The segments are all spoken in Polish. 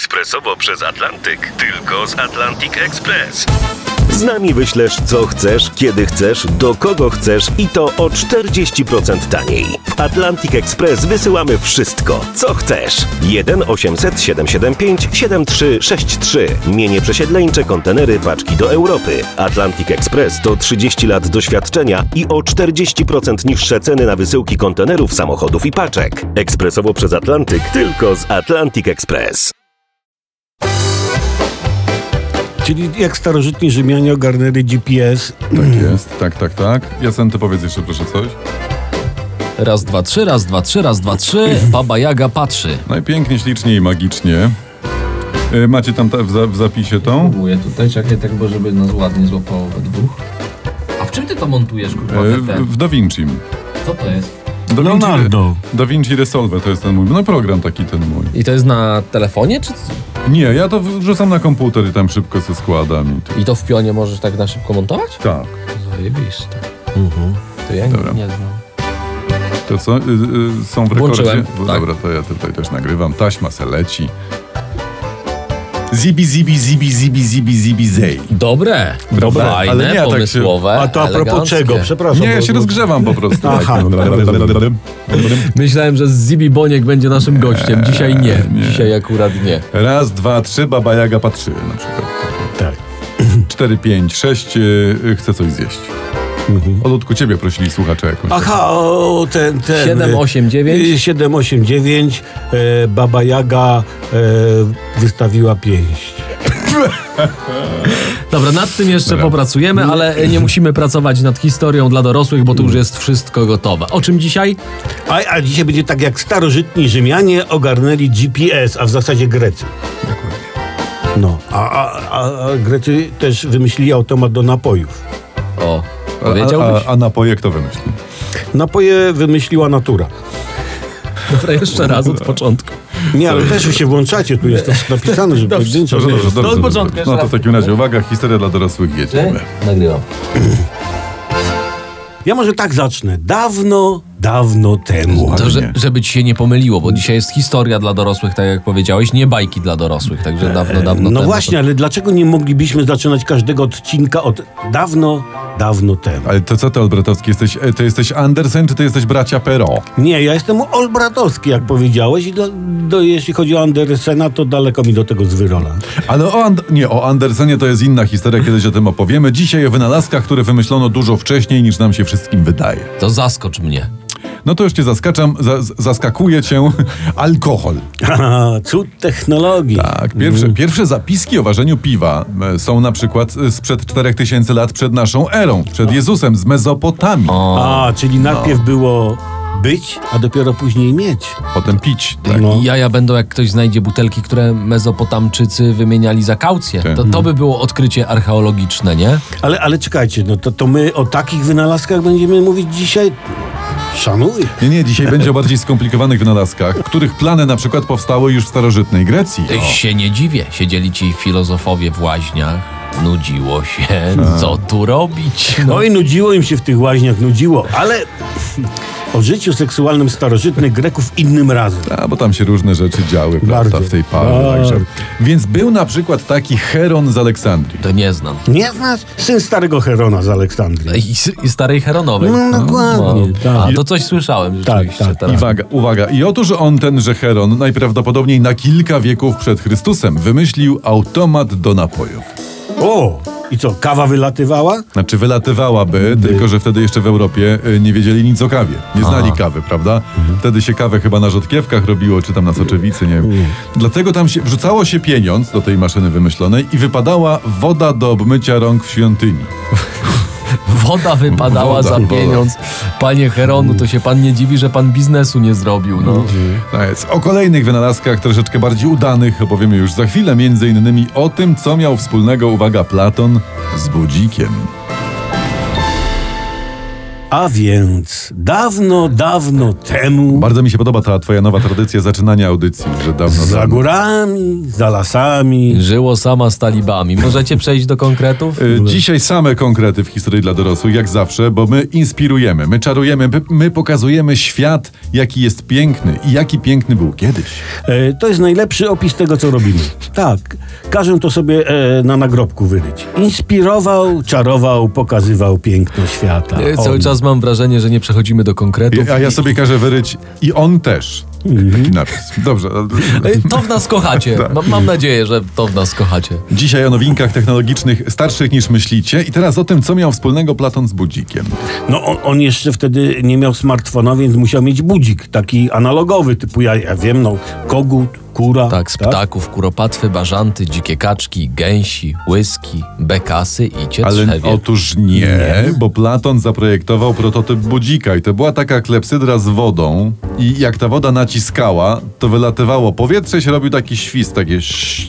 ekspresowo przez Atlantyk. Tylko z Atlantic Express. Z nami wyślesz co chcesz, kiedy chcesz, do kogo chcesz i to o 40% taniej. W Atlantic Express wysyłamy wszystko, co chcesz. 1 800 775 7363. Mienie przesiedleńcze, kontenery, paczki do Europy. Atlantic Express to 30 lat doświadczenia i o 40% niższe ceny na wysyłki kontenerów, samochodów i paczek. Ekspresowo przez Atlantyk, tylko z Atlantic Express. Czyli jak starożytni Rzymianie ogarnęli GPS. Tak jest, tak. Jacenty, powiedz jeszcze proszę coś. Raz, dwa, trzy, raz, dwa, trzy, raz, dwa, trzy. Baba Jaga patrzy. Najpiękniej, ślicznie i magicznie. Macie tam w zapisie tą? Próbuję tutaj, czekaj tak, bo żeby nas ładnie złapało we dwóch. A w czym ty to montujesz, kurwa? W Da Vinci. Co to jest? Leonardo. Da Vinci Resolve to jest ten mój, program taki ten mój. I to jest na telefonie, czy... Nie, ja to wrzucam na komputer i tam szybko se składam. I to w pionie możesz tak na szybko montować? Tak. Zajebiste. To ja Dobra. nie znam. To co? Są w rekordzie? Włączyłem, tak. Dobra, to ja tutaj też nagrywam. Taśma se leci. Zibi, zej. Dobre, fajne, ale nie, tak się- pomysłowe, A to a propos eleganckie. czego? Przepraszam. Nie, ja bo- się rozgrzewam po prostu. Aha. Myślałem, że Zibi Boniek będzie naszym gościem. Dzisiaj nie. nie. Dzisiaj akurat nie. Raz, dwa, trzy, Baba Jaga patrzy na przykład. Tak. 4, 5, 6, chcę coś zjeść. Olutku, ciebie prosili słuchacze jakąś. Aha, o, ten. 789. 789. Baba Jaga wystawiła pięść. Dobra, nad tym jeszcze popracujemy, ale nie musimy pracować nad historią dla dorosłych, bo tu już jest wszystko gotowe. O czym dzisiaj? A dzisiaj będzie tak jak starożytni Rzymianie ogarnęli GPS, a w zasadzie Grecy. No, a Grecy też wymyślili automat do napojów. O, powiedziałbyś? A napoje kto wymyślił? Napoje wymyśliła natura. Dobra, jeszcze raz od początku. Nie, ale też się włączacie, tu jest też napisane, że pojedynczo. Dobrze. od początku, jeszcze No to raz. w takim razie uwaga, historia dla dorosłych, jedziemy. Nagrywam. Ja może tak zacznę. Dawno temu. To, żeby ci się nie pomyliło, bo dzisiaj jest historia dla dorosłych, tak jak powiedziałeś, nie bajki dla dorosłych, także dawno No temu. właśnie, ale dlaczego nie moglibyśmy zaczynać każdego odcinka od dawno temu? Ale to co ty, Olbratowski, ty jesteś Andersen, czy ty jesteś bracia Perrault? Nie, ja jestem Olbratowski, jak powiedziałeś, i jeśli chodzi o Andersena, to daleko mi do tego z Wyrola. Ale o Andersenie to jest inna historia, kiedyś o tym opowiemy. Dzisiaj o wynalazkach, które wymyślono dużo wcześniej, niż nam się wszystkim wydaje. To zaskocz mnie. No to już cię zaskakuje cię alkohol. Cud technologii. Tak, pierwsze zapiski o ważeniu piwa są na przykład sprzed 4000 lat przed naszą erą, przed Jezusem, z Mezopotamii. Czyli najpierw było być, a dopiero później mieć. Potem pić. Tak. No. Jaja będą, jak ktoś znajdzie butelki, które Mezopotamczycy wymieniali za kaucję. Tak. To by było odkrycie archeologiczne, nie? Ale czekajcie, no to my o takich wynalazkach będziemy mówić dzisiaj. Szanuję. Nie, dzisiaj będzie o bardziej skomplikowanych wynalazkach, których plany na przykład powstały już w starożytnej Grecji. Się nie dziwię. Siedzieli ci filozofowie w łaźniach. Nudziło się. Co tu robić? No. Oj, nudziło im się w tych łaźniach, ale o życiu seksualnym starożytnych Greków innym razem. Bo tam się różne rzeczy działy, prawda, Bardzo. w tej parze. Także. Więc był na przykład taki Heron z Aleksandrii. To nie znam. Nie znasz? Syn starego Herona z Aleksandrii. I starej Heronowej. No, dokładnie, tak. A to coś słyszałem rzeczywiście. Tak. Teraz. Uwaga. I otóż tenże Heron najprawdopodobniej na kilka wieków przed Chrystusem wymyślił automat do napojów. O! I co, kawa wylatywała? Znaczy wylatywałaby, tylko że wtedy jeszcze w Europie nie wiedzieli nic o kawie. Nie znali kawy, prawda? Wtedy się kawę chyba na rzodkiewkach robiło, czy tam na soczewicy, nie wiem. Dlatego tam wrzucało się pieniądz do tej maszyny wymyślonej i wypadała woda do obmycia rąk w świątyni. Woda wypadała za pieniądz. Panie Heronu, to się pan nie dziwi, że pan biznesu nie zrobił. No. Tak jest. O kolejnych wynalazkach troszeczkę bardziej udanych opowiemy już za chwilę, między innymi o tym, co miał wspólnego, uwaga, Platon z budzikiem. A więc dawno, dawno temu Bardzo mi się podoba ta twoja nowa tradycja zaczynania audycji, że dawno za temu. górami, za lasami. Żyło sama z talibami. Możecie przejść do konkretów? Dzisiaj same konkrety w historii dla dorosłych, jak zawsze, bo my inspirujemy, my czarujemy, my pokazujemy świat, jaki jest piękny i jaki piękny był kiedyś. To jest najlepszy opis tego, co robimy. Tak, każę to sobie na nagrobku wyryć. Inspirował, czarował, pokazywał piękno świata. Cały On. czas mam wrażenie, że nie przechodzimy do konkretów. A ja sobie każę wyryć i on też. Taki napis. Dobrze. To w nas kochacie. Mam nadzieję, że to w nas kochacie. Dzisiaj o nowinkach technologicznych starszych niż myślicie i teraz o tym, co miał wspólnego Platon z budzikiem. No on jeszcze wtedy nie miał smartfona, więc musiał mieć budzik, taki analogowy, typu ja wiem, no kogut, kura. Tak, z ptaków, kuropatwy, bażanty, dzikie kaczki, gęsi, łyski, bekasy i cietrzewie. Ale otóż nie, bo Platon zaprojektował prototyp budzika i to była taka klepsydra z wodą i jak ta woda naciskała, to wylatywało powietrze i się robił taki świst, takie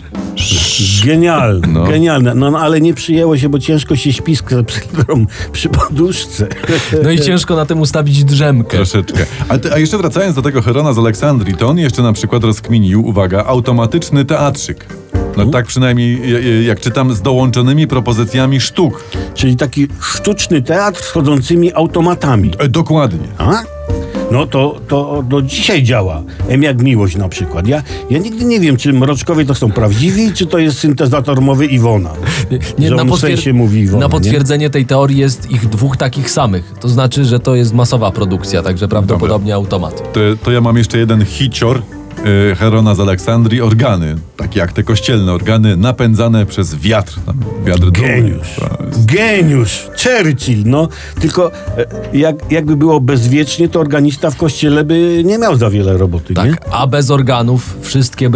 Genialne, No. genialne. No ale nie przyjęło się, bo ciężko się śpi z klepsydrą przy poduszce. No i ciężko na tym ustawić drzemkę. troszeczkę. A jeszcze wracając do tego Herona z Aleksandrii, to on jeszcze na przykład rozkminił, uwaga, automatyczny teatrzyk. No tak przynajmniej jak czytam, z dołączonymi propozycjami sztuk. Czyli taki sztuczny teatr z chodzącymi automatami. Dokładnie. A? No to do dzisiaj działa. Jak miłość na przykład. Ja nigdy nie wiem, czy mroczkowie to są prawdziwi, czy to jest syntezator mowy Iwona. Nie, Że on w sensie mówi Iwona, na nie? potwierdzenie tej teorii jest ich dwóch takich samych. To znaczy, że to jest masowa produkcja, także prawdopodobnie automat. To ja mam jeszcze jeden hicior Herona z Aleksandrii, organy, takie jak te kościelne organy, napędzane przez wiatr. Tam wiatr Geniusz. Geniusz. Churchill, no. Tylko jakby było bezwiecznie, to organista w kościele by nie miał za wiele roboty, nie? Tak, a bez organów wszystkie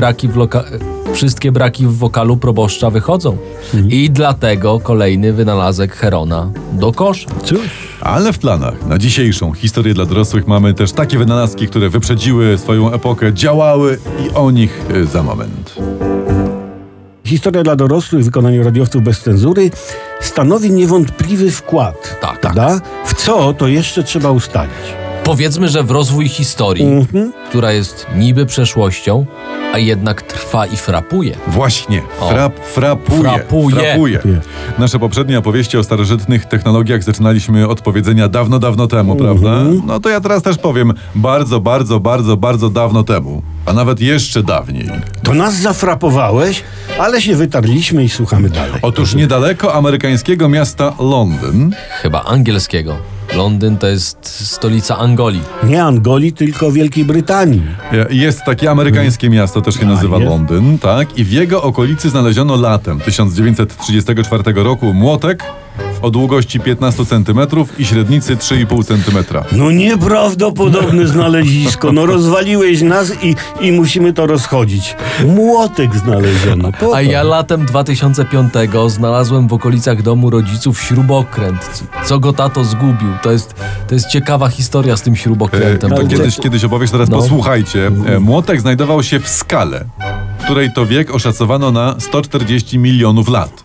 braki w wokalu proboszcza wychodzą. I dlatego kolejny wynalazek Herona do kosza. Cóż. Ale w planach na dzisiejszą historię dla dorosłych mamy też takie wynalazki, które wyprzedziły swoją epokę, działały i o nich za moment. Historia dla dorosłych w wykonaniu radiowców bez cenzury stanowi niewątpliwy wkład. Tak. Prawda? W co to jeszcze trzeba ustalić? Powiedzmy, że w rozwój historii, która jest niby przeszłością, a jednak trwa i frapuje. Właśnie, O. frapuje. Nasze poprzednie opowieści o starożytnych technologiach zaczynaliśmy od powiedzenia dawno, dawno temu, prawda? No to ja teraz też powiem bardzo, bardzo, bardzo, bardzo dawno temu, a nawet jeszcze dawniej. To nas zafrapowałeś, ale się wytarliśmy i słuchamy dalej. Otóż niedaleko amerykańskiego miasta Londyn Chyba angielskiego. Londyn to jest stolica Angolii. Nie Angolii, tylko Wielkiej Brytanii. jest takie amerykańskie miasto, też się nazywa jest? Londyn, tak? I w jego okolicy znaleziono latem 1934 roku młotek o długości 15 cm i średnicy 3,5 cm. No nieprawdopodobne znalezisko. No rozwaliłeś nas i musimy to rozchodzić. Młotek znaleziono. Po A to. ja latem 2005 znalazłem w okolicach domu rodziców śrubokręt. Co go tato zgubił? To jest ciekawa historia z tym śrubokrętem. To W ogóle. kiedyś opowiesz, teraz No. posłuchajcie. Młotek znajdował się w skale, której to wiek oszacowano na 140 milionów lat.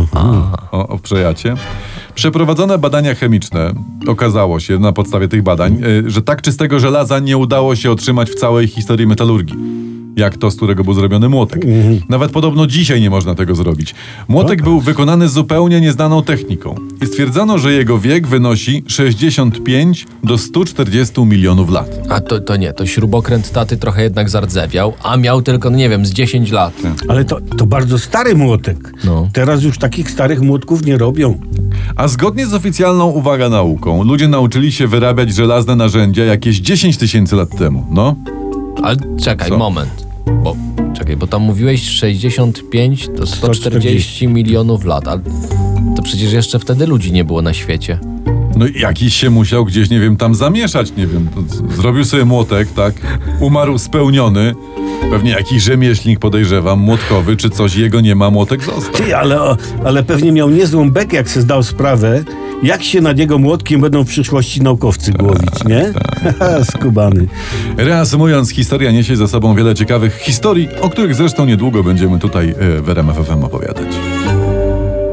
O przejacie. Przeprowadzone badania chemiczne okazało się na podstawie tych badań, że tak czystego żelaza nie udało się otrzymać w całej historii metalurgii. Jak to, z którego był zrobiony młotek. Nawet podobno dzisiaj nie można tego zrobić. Młotek był wykonany zupełnie nieznaną techniką i stwierdzono, że jego wiek wynosi 65 do 140 milionów lat. A to nie, to śrubokręt taty trochę jednak zardzewiał, a miał tylko, no nie wiem, z 10 lat. Ale to bardzo stary młotek. No. Teraz już takich starych młotków nie robią. A zgodnie z oficjalną, uwaga, nauką, ludzie nauczyli się wyrabiać żelazne narzędzia jakieś 10 tysięcy lat temu. No, Ale czekaj, Co? moment. Bo tam mówiłeś 65 to 140 milionów lat, ale to przecież jeszcze wtedy ludzi nie było na świecie. no i jakiś się musiał gdzieś, nie wiem, tam zamieszać, nie wiem. Zrobił sobie młotek, tak? Umarł spełniony. Pewnie jakiś rzemieślnik, podejrzewam, młotkowy czy coś, jego nie ma, młotek został. Ty, ale pewnie miał niezłą bekę, jak se zdał sprawę, jak się nad jego młotkiem będą w przyszłości naukowcy głowić, nie? Skubany. Reasumując, historia niesie za sobą wiele ciekawych historii, o których zresztą niedługo będziemy tutaj w RMF FM opowiadać.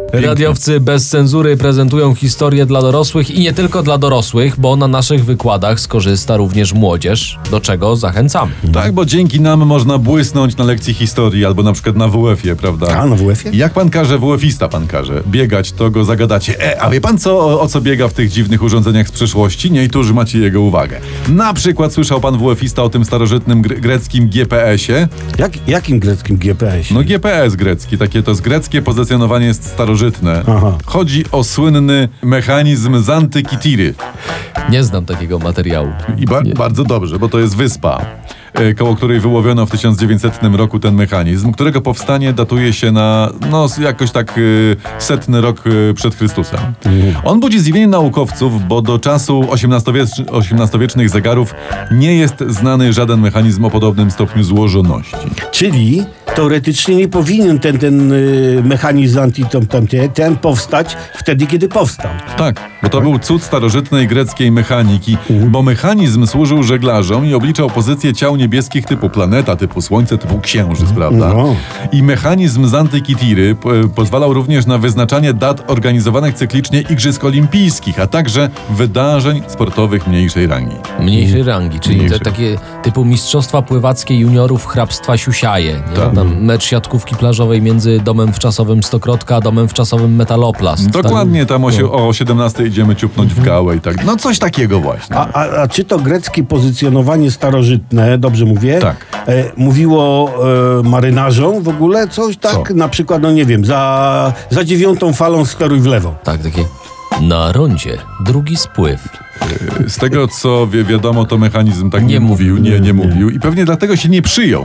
Radiowcy bez cenzury prezentują historię dla dorosłych i nie tylko dla dorosłych, bo na naszych wykładach skorzysta również młodzież, do czego zachęcamy. Tak, bo dzięki nam można błysnąć na lekcji historii albo na przykład na WF-ie, prawda? A, na WF-ie? Jak pan każe, WF-ista pan każe, biegać, to go zagadacie. A wie pan o co biega w tych dziwnych urządzeniach z przeszłości? Nie, i tu już macie jego uwagę. Na przykład słyszał pan WF-ista o tym starożytnym greckim GPS-ie? Jakim greckim GPS? No GPS grecki, takie to jest greckie pozycjonowanie jest starożytne. Aha. Chodzi o słynny mechanizm z Antykitiry. Nie znam takiego materiału. I bardzo dobrze, bo to jest wyspa, koło której wyłowiono w 1900 roku ten mechanizm, którego powstanie datuje się na, jakoś tak 100 rok przed Chrystusem. On budzi zdziwienie naukowców, bo do czasu XVIII-wiecznych zegarów nie jest znany żaden mechanizm o podobnym stopniu złożoności. Czyli teoretycznie nie powinien ten mechanizm ten powstać wtedy, kiedy powstał. Tak, bo to był cud starożytnej greckiej mechaniki, bo mechanizm służył żeglarzom i obliczał pozycję ciał niebieskich typu planeta, typu Słońce, typu Księżyc, prawda? No. I mechanizm z Antykitiry pozwalał również na wyznaczanie dat organizowanych cyklicznie Igrzysk Olimpijskich, a także wydarzeń sportowych mniejszej rangi. Mniejszej rangi, czyli Mniejszej. takie typu mistrzostwa pływackie juniorów hrabstwa Siusiaje. Nie? Tak. Tam mecz siatkówki plażowej między domem wczasowym Stokrotka a domem wczasowym Metaloplast. Dokładnie, tam o 17 idziemy ciupnąć w gałę i tak. No coś takiego właśnie. A czy to greckie pozycjonowanie starożytne, dobrze mówię? Tak. Mówiło marynarzom w ogóle coś tak? Co? Na przykład, no nie wiem, za 9 falą steruj w lewo. Tak, takie na rondzie, drugi spływ. Z tego co wiadomo, to mechanizm tak nie Nie mówił, mówił. nie mówił i pewnie dlatego się nie przyjął.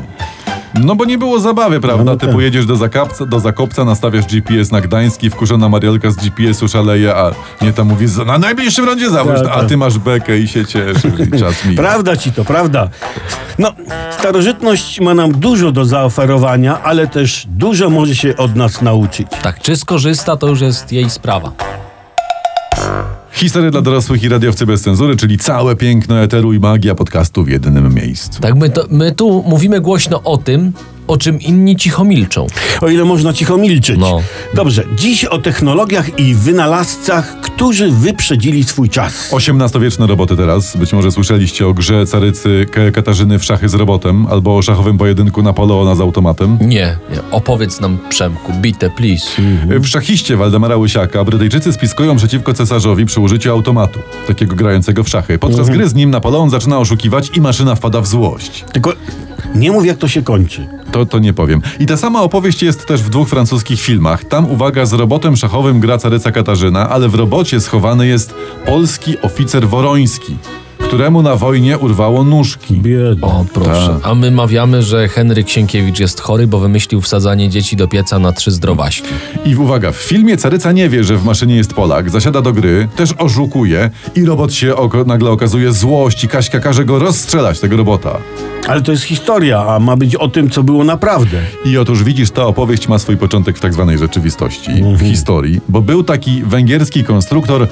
No bo nie było zabawy, prawda? No Typu tak. jedziesz do Zakopca, nastawiasz GPS na Gdański, wkurzona Mariolka z GPS-u szaleje, a nie tam mówi, na najbliższym rondzie zawódź, Tak, a tak. ty masz bekę i się cieszysz i czas mija. Prawda ci to, prawda. No, starożytność ma nam dużo do zaoferowania, ale też dużo może się od nas nauczyć. Tak, czy skorzysta, to już jest jej sprawa. Historia dla dorosłych i radiowcy bez cenzury, czyli całe piękno eteru i magia podcastu w jednym miejscu. Tak, my tu mówimy głośno o tym, o czym inni cicho milczą. O ile można cicho milczeć. No. Dobrze, dziś o technologiach i wynalazcach, którzy wyprzedzili swój czas. XVIII-wieczne roboty teraz. Być może słyszeliście o grze carycy Katarzyny w szachy z robotem, albo o szachowym pojedynku Napoleona z automatem. Nie, opowiedz nam, Przemku, bite, please. W szachiście Waldemara Łysiaka Brytyjczycy spiskują przeciwko cesarzowi przy użyciu automatu, takiego grającego w szachy. Podczas gry z nim Napoleon zaczyna oszukiwać i maszyna wpada w złość. Tylko nie mów, jak to się kończy. To nie powiem. I ta sama opowieść jest też w 2 francuskich filmach. Tam, uwaga, z robotem szachowym gra caryca Katarzyna, ale w robocie schowany jest polski oficer woroński, któremu na wojnie urwało nóżki. Biedny. O, proszę. Tak. A my mawiamy, że Henryk Sienkiewicz jest chory, bo wymyślił wsadzanie dzieci do pieca na 3 zdrowaśki. I uwaga, w filmie caryca nie wie, że w maszynie jest Polak, zasiada do gry, też oszukuje i robot się nagle okazuje złość i Kaśka każe go rozstrzelać, tego robota. Ale to jest historia, a ma być o tym, co było naprawdę. I otóż widzisz, ta opowieść ma swój początek w tak zwanej rzeczywistości, w historii, bo był taki węgierski konstruktor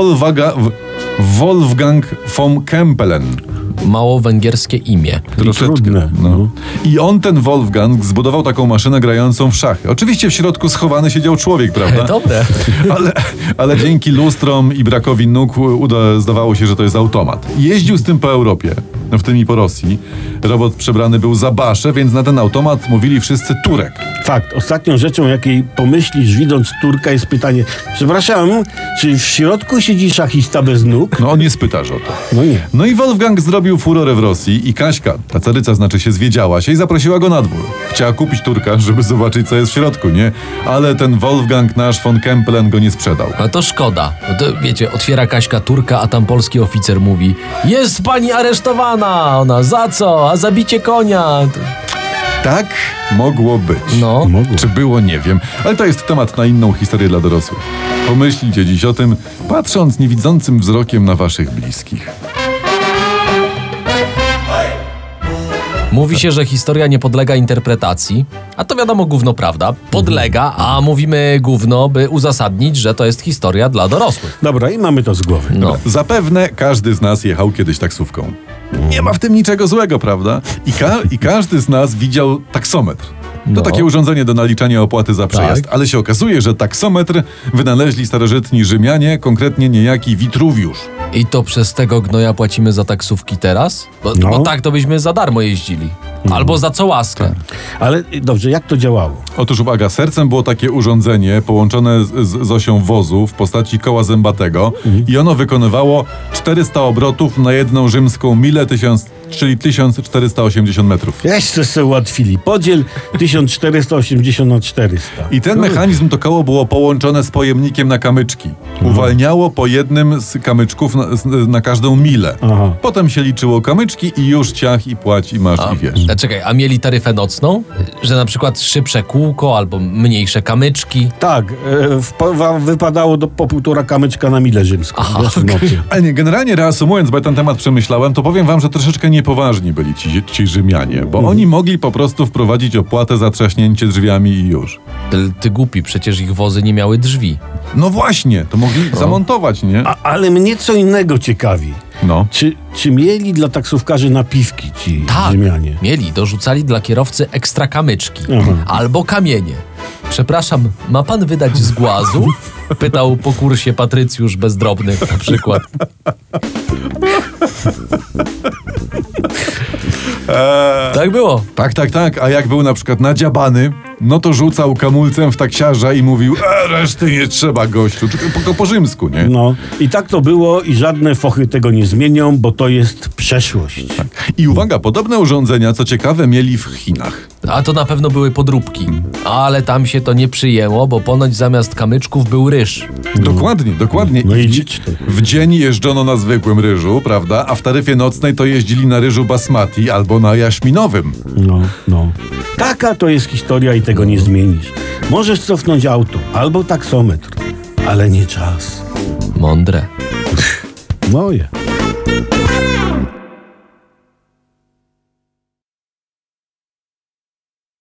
Wolfgang von Kempelen. Mało węgierskie imię. Troszeczkę. trudne. No. I on, ten Wolfgang, zbudował taką maszynę grającą w szachy. Oczywiście w środku schowany siedział człowiek, prawda? Dobre. Ale dzięki lustrom i brakowi nóg zdawało się, że to jest automat. Jeździł z tym po Europie, w tym i po Rosji. Robot przebrany był za Baszę, więc na ten automat mówili wszyscy Turek. Fakt. Ostatnią rzeczą, jakiej pomyślisz, widząc Turka, jest pytanie: przepraszam, czy w środku siedzi szachista bez nóg? No on nie spytasz o to. No nie. No i Wolfgang zrobił furorę w Rosji i Kaśka, ta caryca znaczy się, zwiedziała się i zaprosiła go na dwór. Chciała kupić Turka, żeby zobaczyć, co jest w środku, nie? Ale ten Wolfgang nasz von Kempelen go nie sprzedał. Ale to szkoda. No to wiecie, otwiera Kaśka Turka, a tam polski oficer mówi: jest pani aresztowana! Ona, za co? A zabicie konia! Tak mogło być. No. Mogło. Czy było, nie wiem. Ale to jest temat na inną historię dla dorosłych. Pomyślcie dziś o tym, patrząc niewidzącym wzrokiem na waszych bliskich. Mówi się, że historia nie podlega interpretacji, a to wiadomo gówno prawda. Podlega, a mówimy gówno, by uzasadnić, że to jest historia dla dorosłych. Dobra, i mamy to z głowy. No. Zapewne każdy z nas jechał kiedyś taksówką. Nie ma w tym niczego złego, prawda? I każdy z nas widział taksometr. To No. takie urządzenie do naliczania opłaty za przejazd. Tak. Ale się okazuje, że taksometr wynaleźli starożytni Rzymianie, konkretnie niejaki Vitruviusz. I to przez tego gnoja płacimy za taksówki teraz? No. Bo tak to byśmy za darmo jeździli. Albo za co łaskę. Ale dobrze, jak to działało? Otóż uwaga, sercem było takie urządzenie połączone z osią wozu w postaci koła zębatego i ono wykonywało 400 obrotów na jedną rzymską milę, czyli 1480 metrów. Jeszcze sobie ułatwili. Podziel 1480 na 400. I ten mechanizm, to koło było połączone z pojemnikiem na kamyczki. Uwalniało po jednym z kamyczków na każdą milę. Aha. Potem się liczyło kamyczki i już ciach i płać i masz i wiesz. A czekaj, a mieli taryfę nocną? Że na przykład szybsze kółko albo mniejsze kamyczki? Tak, wam wypadało po 1,5 kamyczka na milę rzymską. Aha, wiesz, w nocy. Ale nie, generalnie reasumując, bo ja ten temat przemyślałem, to powiem wam, że troszeczkę niepoważni byli ci Rzymianie, bo oni mogli po prostu wprowadzić opłatę za trzaśnięcie drzwiami i już. Ty głupi, przecież ich wozy nie miały drzwi. No właśnie, to mogli zamontować, nie? Ale mnie co innego ciekawi. No. Czy mieli dla taksówkarzy napiwki ci Rzymianie? Mieli, dorzucali dla kierowcy ekstra kamyczki. Aha. Albo kamienie. Przepraszam, ma pan wydać z głazu? Pytał po kursie Patrycjusz Bezdrobny na przykład. Tak było. Tak, a jak był na przykład nadziabany, no to rzucał kamulcem w taksiarza i mówił, reszty nie trzeba, gościu, tylko po rzymsku, nie? No i tak to było i żadne fochy tego nie zmienią, bo to jest przeszłość. I uwaga, podobne urządzenia, co ciekawe, mieli w Chinach. A to na pewno były podróbki. Ale tam się to nie przyjęło, bo ponoć zamiast kamyczków był ryż. Dokładnie. No i licz to. W dzień jeżdżono na zwykłym ryżu, prawda? A w taryfie nocnej to jeździli na ryżu basmati albo na jaśminowym. No. Taka to jest historia i tego nie zmienisz. Możesz cofnąć auto albo taksometr, ale nie czas. Mądre. Moje.